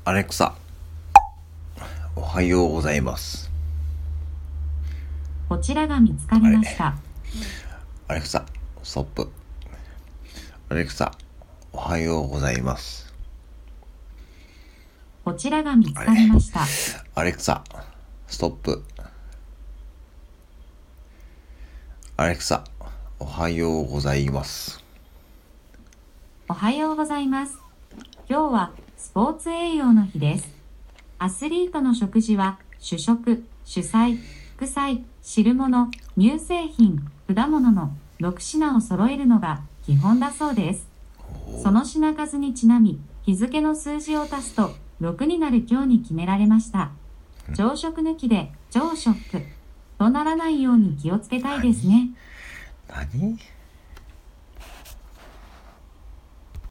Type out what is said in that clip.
アレクサ、おはようございます。 こちらが見つかりました。 アレクサ、ストップ。アレクサ、おはようございます。 こちらが見つかりました。 アレクサ、ストップ。アレクサ、おはようございます。 おはようございます。今日はスポーツ栄養の日です。アスリートの食事は主食、主菜、副菜、汁物、乳製品、果物の6品を揃えるのが基本だそうです。その品数にちなみ、日付の数字を足すと6になる今日に決められました。朝食抜きで朝食とならないように気をつけたいですね。 何